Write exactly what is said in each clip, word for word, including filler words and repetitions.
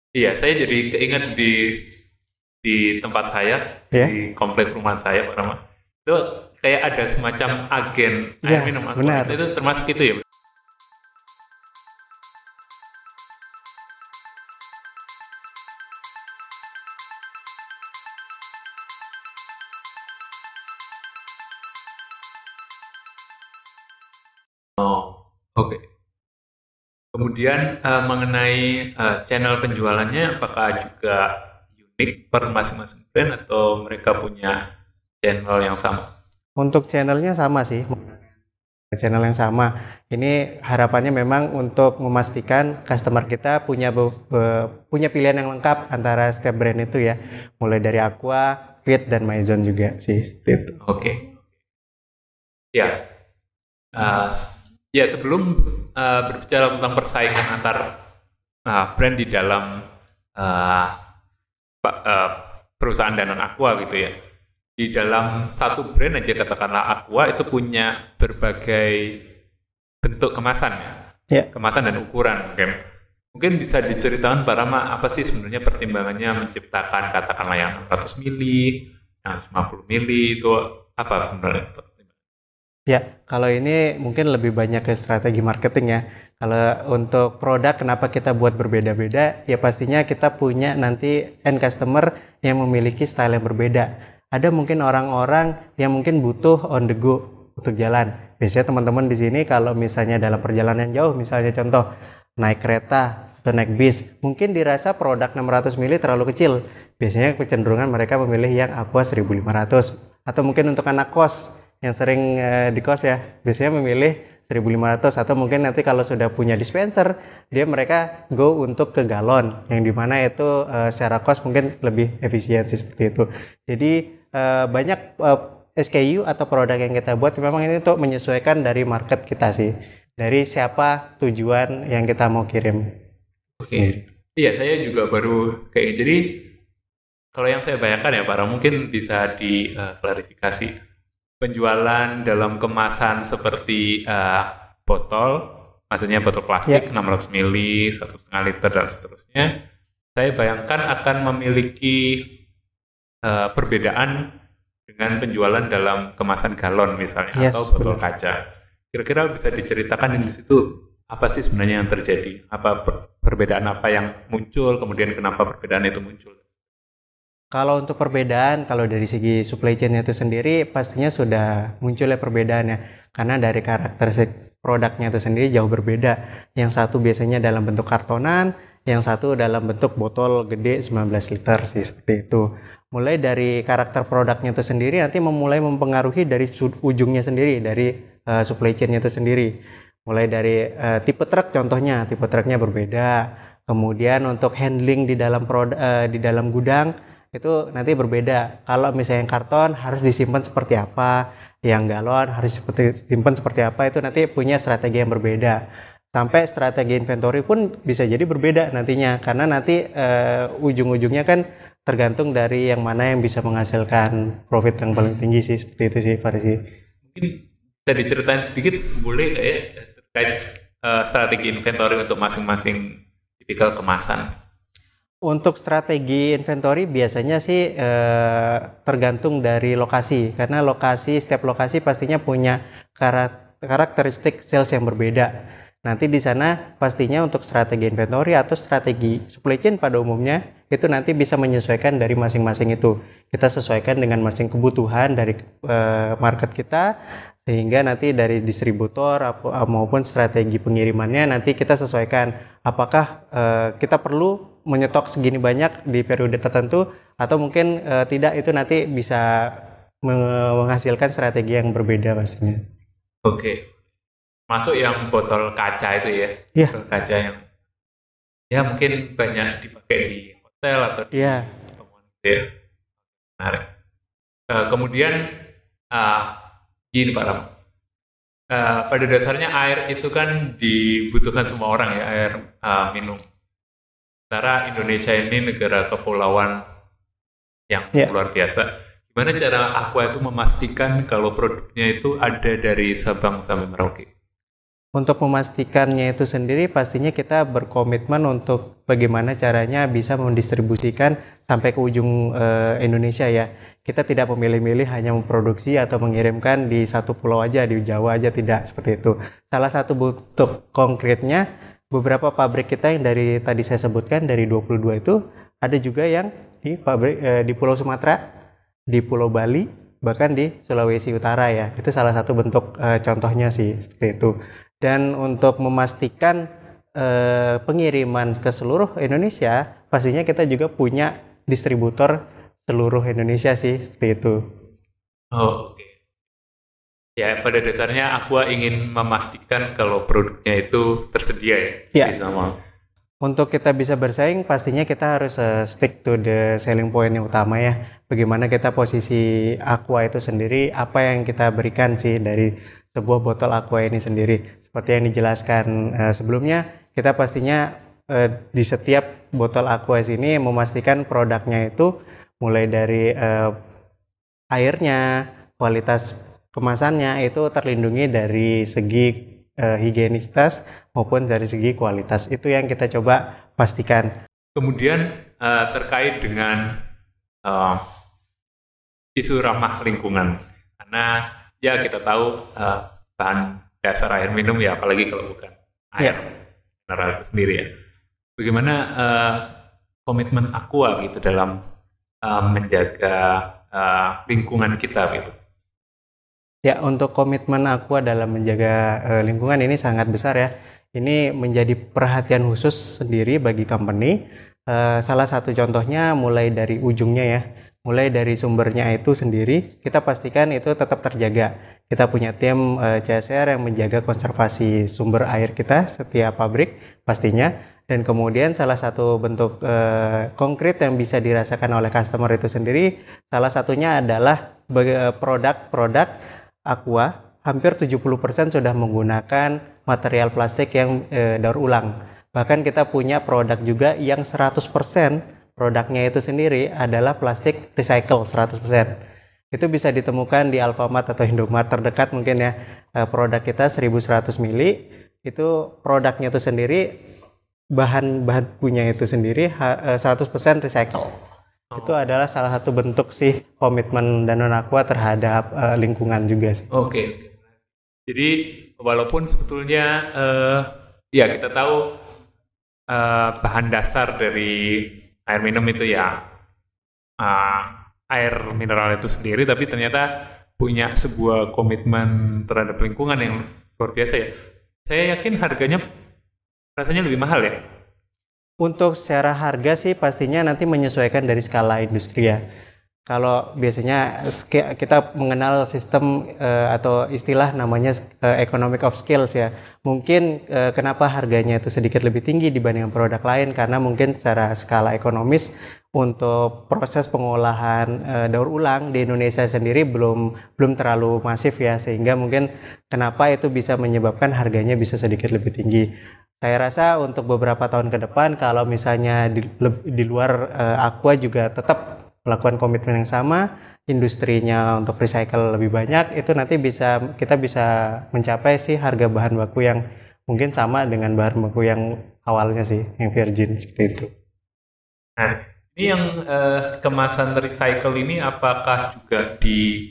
Iya, saya jadi keinget di di tempat saya, Ya, di komplek rumah saya, Pak Rama. Itu kayak ada semacam agen air ya minum aqua. Itu, itu benar. termasuk itu ya? Oh, oke. Kemudian eh, mengenai eh, channel penjualannya, apakah juga unik per masing-masing brand atau mereka punya channel yang sama? Untuk channelnya sama sih, channel yang sama. Ini harapannya memang untuk memastikan customer kita punya be- be- punya pilihan yang lengkap antara setiap brand itu ya. Mulai dari Aqua, Fit dan Maison juga sih. Seperti itu. Oke, ya. Eh, s- ya sebelum eh, berbicara tentang persaingan antar eh, brand di dalam eh, pa- eh, perusahaan danon Aqua gitu ya. Di dalam satu brand aja katakanlah Aqua itu punya berbagai bentuk kemasan ya. Ya, Kemasan dan ukuran mungkin. Mungkin bisa diceritakan Pak Rama apa sih sebenarnya pertimbangannya menciptakan katakanlah yang enam ratus mili, yang seratus lima puluh mili itu apa sebenarnya? ya, kalau ini mungkin lebih banyak ke strategi marketing ya. Kalau untuk produk kenapa kita buat berbeda-beda, ya pastinya kita punya nanti end customer yang memiliki style yang berbeda. Ada mungkin orang-orang yang mungkin butuh on the go untuk jalan. Biasanya teman-teman di sini kalau misalnya dalam perjalanan jauh, misalnya contoh naik kereta atau naik bis, mungkin dirasa produk enam ratus mili terlalu kecil. Biasanya kecenderungan mereka memilih yang Aqua seribu lima ratus. Atau mungkin untuk anak kos yang sering eh, di kos ya, biasanya memilih seribu lima ratus. Atau mungkin nanti kalau sudah punya dispenser, dia mereka go untuk ke galon yang dimana itu eh, secara kos mungkin lebih efisiensi seperti itu. Jadi eh, banyak eh, S K U atau produk yang kita buat memang ini untuk menyesuaikan dari market kita sih, dari siapa tujuan yang kita mau kirim Oke. sendiri. Iya, saya juga baru kayak jadi kalau yang saya bayangkan ya Pak Ram, mungkin bisa diklarifikasi. Penjualan dalam kemasan seperti eh, botol, maksudnya botol Ya, plastik enam ratus mili, satu setengah liter dan seterusnya. Saya bayangkan akan memiliki eh, perbedaan dengan penjualan dalam kemasan galon misalnya atau yes, botol benar. kaca. Kira-kira bisa diceritakan di situ apa sih sebenarnya yang terjadi? Apa perbedaan apa yang muncul, kemudian kenapa perbedaan itu muncul? Kalau untuk perbedaan, kalau dari segi supply chain itu sendiri pastinya sudah muncul ya perbedaannya. Karena dari karakteristik produknya itu sendiri jauh berbeda. Yang satu biasanya dalam bentuk kartonan, yang satu dalam bentuk botol gede sembilan belas liter sih seperti itu. Mulai dari karakter produknya itu sendiri nanti memulai mempengaruhi dari ujungnya sendiri, dari uh, supply chainnya itu sendiri. Mulai dari uh, tipe truk contohnya, tipe truknya berbeda. Kemudian untuk handling di dalam produk uh, di dalam gudang itu nanti berbeda. Kalau misalnya yang karton harus disimpan seperti apa, yang galon harus disimpan seperti apa, itu nanti punya strategi yang berbeda. Sampai strategi inventory pun bisa jadi berbeda nantinya, karena nanti uh, ujung-ujungnya kan tergantung dari yang mana yang bisa menghasilkan profit yang paling Hmm. tinggi sih, seperti itu sih Farisi. Mungkin bisa diceritain sedikit boleh nggak ya terkait eh, strategi inventory untuk masing-masing tipikal kemasan? Untuk strategi inventory biasanya sih eh, tergantung dari lokasi, karena lokasi setiap lokasi pastinya punya karakteristik sales yang berbeda. Nanti di sana pastinya untuk strategi inventory atau strategi supply chain pada umumnya itu nanti bisa menyesuaikan dari masing-masing itu. Kita sesuaikan dengan masing kebutuhan dari eh, market kita, sehingga nanti dari distributor maupun strategi pengirimannya nanti kita sesuaikan apakah uh, kita perlu menyetok segini banyak di periode tertentu atau mungkin uh, tidak, itu nanti bisa menghasilkan strategi yang berbeda pastinya. Oke, masuk yang botol kaca itu ya, Ya, botol kaca yang ya mungkin banyak dipakai di hotel atau di ya, pertemuan gitu ya. Menarik. Eh, kemudian ah, gini Pak Ram, Eh, pada dasarnya air itu kan dibutuhkan semua orang ya, air ah, minum. Sementara Indonesia ini negara kepulauan yang ya. luar biasa. Gimana cara Aqua itu memastikan kalau produknya itu ada dari Sabang sampai Merauke? Untuk memastikannya itu sendiri pastinya kita berkomitmen untuk bagaimana caranya bisa mendistribusikan sampai ke ujung e, Indonesia ya. Kita tidak memilih-milih hanya memproduksi atau mengirimkan di satu pulau aja, di Jawa aja, tidak seperti itu. Salah satu bentuk konkretnya beberapa pabrik kita yang dari tadi saya sebutkan dari dua puluh dua itu ada juga yang di pabrik e, di Pulau Sumatera, di Pulau Bali, bahkan di Sulawesi Utara ya. Itu salah satu bentuk e, contohnya sih seperti itu. Dan untuk memastikan eh, pengiriman ke seluruh Indonesia, pastinya kita juga punya distributor seluruh Indonesia sih, seperti itu. Oh, oke. Okay. Ya, pada dasarnya Aqua ingin memastikan kalau produknya itu tersedia ya, ya. Di sama. Untuk kita bisa bersaing, pastinya kita harus uh, stick to the selling point yang utama ya. Bagaimana kita posisi Aqua itu sendiri, apa yang kita berikan sih dari sebuah botol Aqua ini sendiri. Seperti yang dijelaskan uh, sebelumnya, kita pastinya uh, di setiap botol Aqua ini memastikan produknya itu mulai dari uh, airnya, kualitas kemasannya itu terlindungi dari segi uh, higienitas maupun dari segi kualitas. Itu yang kita coba pastikan. Kemudian uh, terkait dengan uh, isu ramah lingkungan, karena ya kita tahu uh, bahan dasar air minum ya, apalagi kalau bukan air mineral itu sendiri ya. Bagaimana uh, komitmen Aqua gitu dalam uh, menjaga uh, lingkungan kita gitu? Ya, untuk komitmen Aqua dalam menjaga uh, lingkungan ini sangat besar ya. Ini menjadi perhatian khusus sendiri bagi company. Uh, salah satu contohnya mulai dari ujungnya ya. Mulai dari sumbernya itu sendiri, kita pastikan itu tetap terjaga. Kita punya tim e, C S R yang menjaga konservasi sumber air kita setiap pabrik pastinya. Dan kemudian salah satu bentuk e, konkret yang bisa dirasakan oleh customer itu sendiri, salah satunya adalah produk-produk Aqua, hampir tujuh puluh persen sudah menggunakan material plastik yang e, daur ulang. Bahkan kita punya produk juga yang seratus persen produknya itu sendiri adalah plastik recycle seratus persen. Itu bisa ditemukan di Alfamart atau Indomart terdekat mungkin ya. Produk kita seribu seratus mili, itu produknya itu sendiri, bahan bakunya itu sendiri seratus persen recycle. Oh. Itu adalah salah satu bentuk sih komitmen Danone Aqua terhadap uh, lingkungan juga sih. Oke. Okay. Jadi walaupun sebetulnya uh, ya kita tahu uh, bahan dasar dari air minum itu ya uh, air mineral itu sendiri, tapi ternyata punya sebuah komitmen terhadap lingkungan yang luar biasa ya. Saya yakin harganya rasanya lebih mahal ya? Untuk secara harga sih pastinya nanti menyesuaikan dari skala industri ya. Kalau biasanya kita mengenal sistem uh, atau istilah namanya uh, economic of scales ya. Mungkin uh, kenapa harganya itu sedikit lebih tinggi dibandingkan produk lain, karena mungkin secara skala ekonomis untuk proses pengolahan uh, daur ulang di Indonesia sendiri belum belum terlalu masif ya, sehingga mungkin kenapa itu bisa menyebabkan harganya bisa sedikit lebih tinggi. Saya rasa untuk beberapa tahun ke depan kalau misalnya di, di luar uh, Aqua juga tetap melakukan komitmen yang sama, industrinya untuk recycle lebih banyak, itu nanti bisa kita bisa mencapai sih harga bahan baku yang mungkin sama dengan bahan baku yang awalnya sih, yang virgin seperti itu. Nah, ini yang uh, kemasan recycle ini apakah juga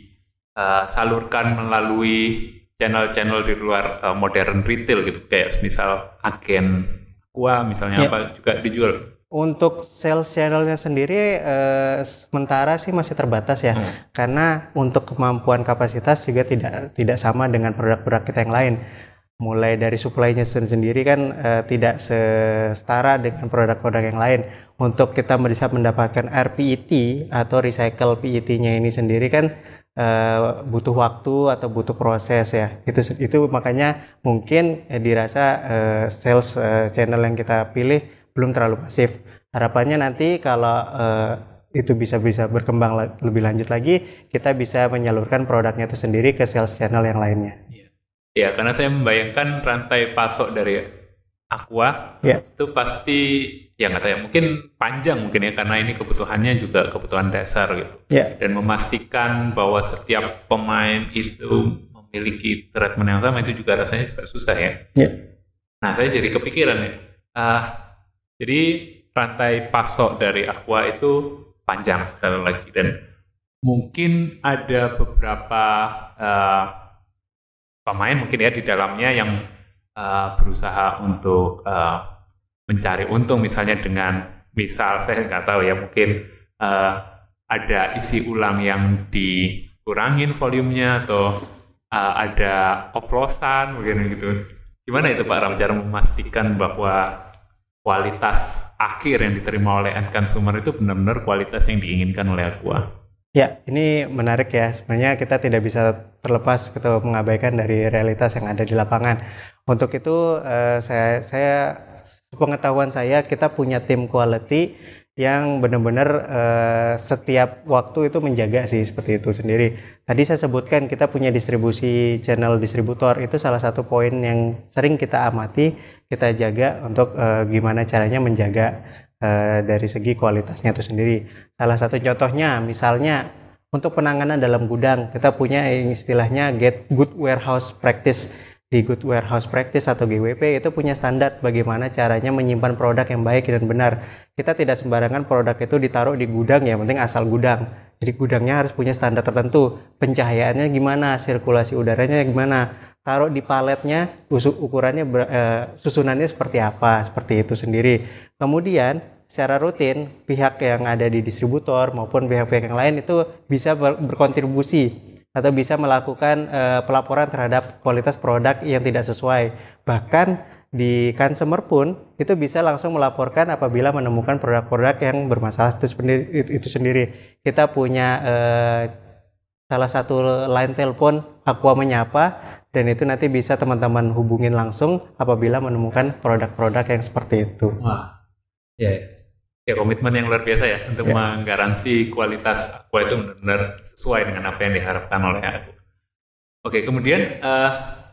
disalurkan uh, melalui channel-channel di luar uh, modern retail gitu, kayak misal agen Aqua misalnya ya. Apa juga dijual? Untuk sales channelnya sendiri eh, sementara sih masih terbatas ya, hmm. karena untuk kemampuan kapasitas juga tidak tidak sama dengan produk-produk kita yang lain. Mulai dari supply-nya sendiri kan eh, tidak setara dengan produk-produk yang lain. Untuk kita bisa mendapatkan R P E T atau recycle P E T-nya ini sendiri kan eh, butuh waktu atau butuh proses ya. Itu itu makanya mungkin eh, dirasa eh, sales eh, channel yang kita pilih belum terlalu masif. Harapannya nanti kalau uh, itu bisa bisa berkembang la- lebih lanjut lagi, kita bisa menyalurkan produknya itu sendiri ke sales channel yang lainnya. Ya, ya karena saya membayangkan rantai pasok dari Aqua ya. Itu pasti ya nggak tahu ya, mungkin panjang mungkin ya, karena ini kebutuhannya juga kebutuhan dasar gitu. Ya. Dan memastikan bahwa setiap pemain itu memiliki treatment yang sama itu juga rasanya juga susah ya. Ya. Nah, saya jadi kepikiran nih. Uh, jadi rantai pasok dari Aqua itu panjang sekali lagi dan mungkin ada beberapa uh, pemain mungkin ya di dalamnya yang uh, berusaha untuk uh, mencari untung misalnya dengan misal saya nggak tahu ya mungkin uh, ada isi ulang yang dikurangin volumenya atau uh, ada oplosan begini gitu. Gimana itu Pak Ram cara memastikan bahwa kualitas akhir yang diterima oleh end consumer itu benar-benar kualitas yang diinginkan oleh Aqua? Ya, ini menarik ya. Sebenarnya kita tidak bisa terlepas atau mengabaikan dari realitas yang ada di lapangan. Untuk itu, uh, saya, saya pengetahuan saya kita punya tim quality yang benar-benar uh, setiap waktu itu menjaga sih seperti itu sendiri. Tadi saya sebutkan kita punya distribusi channel distributor, itu salah satu poin yang sering kita amati, kita jaga untuk uh, gimana caranya menjaga uh, dari segi kualitasnya itu sendiri. Salah satu contohnya misalnya untuk penanganan dalam gudang, kita punya istilahnya get good warehouse practice. Di Good Warehouse Practice atau G W P itu punya standar bagaimana caranya menyimpan produk yang baik dan benar. Kita tidak sembarangan produk itu ditaruh di gudang ya, penting asal gudang. Jadi gudangnya harus punya standar tertentu. Pencahayaannya gimana, sirkulasi udaranya gimana, taruh di paletnya, ukurannya eh, susunannya seperti apa, seperti itu sendiri. Kemudian secara rutin pihak yang ada di distributor maupun pihak-pihak yang lain itu bisa ber- berkontribusi atau bisa melakukan uh, pelaporan terhadap kualitas produk yang tidak sesuai. Bahkan di consumer pun itu bisa langsung melaporkan apabila menemukan produk-produk yang bermasalah itu sendiri. Itu sendiri. Kita punya uh, salah satu line telepon Aqua Menyapa dan itu nanti bisa teman-teman hubungin langsung apabila menemukan produk-produk yang seperti itu. Wah, ya. Yeah. Ya, komitmen yang luar biasa ya untuk ya. Menggaransi kualitas Aqua itu benar-benar sesuai dengan apa yang diharapkan oleh aku. Oke, kemudian uh,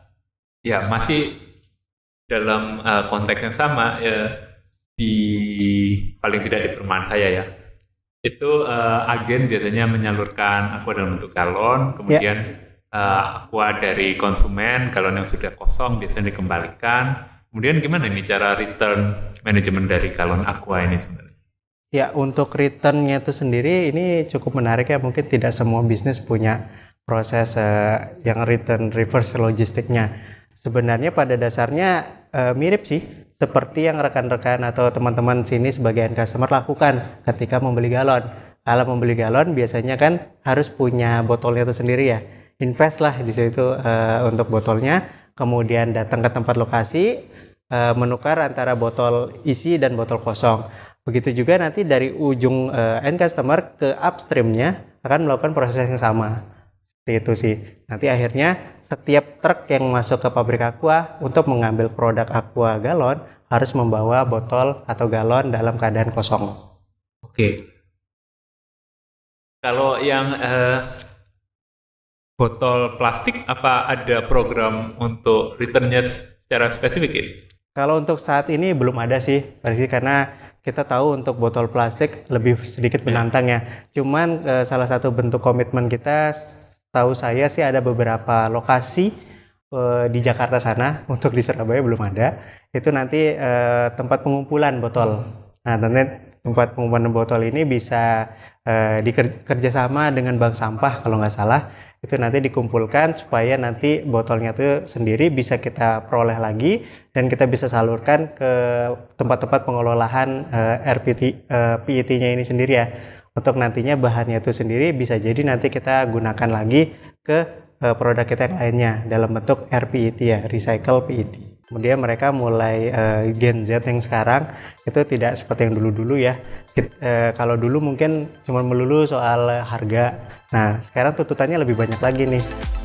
ya masih dalam uh, konteks yang sama ya, di paling tidak di perumahan saya ya itu uh, agen biasanya menyalurkan Aqua dalam bentuk galon, kemudian ya. uh, Aqua dari konsumen galon yang sudah kosong biasanya dikembalikan. Kemudian gimana ini cara return manajemen dari galon Aqua ini sebenarnya? Ya, untuk return-nya itu sendiri ini cukup menarik ya. Mungkin tidak semua bisnis punya proses uh, yang return reverse logistiknya. Sebenarnya pada dasarnya uh, mirip sih seperti yang rekan-rekan atau teman-teman sini sebagai end customer lakukan ketika membeli galon. Kalau membeli galon biasanya kan harus punya botolnya itu sendiri ya. Invest lah di situ uh, untuk botolnya, kemudian datang ke tempat lokasi uh, menukar antara botol isi dan botol kosong. Begitu juga nanti dari ujung uh, end customer ke upstreamnya akan melakukan proses yang sama. Seperti itu sih. Nanti akhirnya setiap truk yang masuk ke pabrik Aqua untuk mengambil produk Aqua galon harus membawa botol atau galon dalam keadaan kosong. Oke. Kalau yang uh, botol plastik, apa ada program untuk returnnya secara spesifik ya? Kalau untuk saat ini belum ada sih, karena kita tahu untuk botol plastik lebih sedikit menantang ya. Cuman eh, salah satu bentuk komitmen kita, tahu saya sih ada beberapa lokasi eh, di Jakarta sana, untuk di Surabaya belum ada. Itu nanti eh, tempat pengumpulan botol. Nah, nanti tempat pengumpulan botol ini bisa eh, dikerjasama dengan bank sampah kalau nggak salah. Itu nanti dikumpulkan supaya nanti botolnya itu sendiri bisa kita peroleh lagi dan kita bisa salurkan ke tempat-tempat pengelolaan uh, R P T, uh, P E T-nya ini sendiri ya. Untuk nantinya bahannya itu sendiri bisa jadi nanti kita gunakan lagi ke uh, produk kita yang lainnya dalam bentuk R P E T ya, recycle P E T. Kemudian mereka mulai uh, Gen Z yang sekarang itu tidak seperti yang dulu-dulu ya. Kita, uh, kalau dulu mungkin cuma melulu soal harga. Nah, sekarang tuntutannya lebih banyak lagi nih.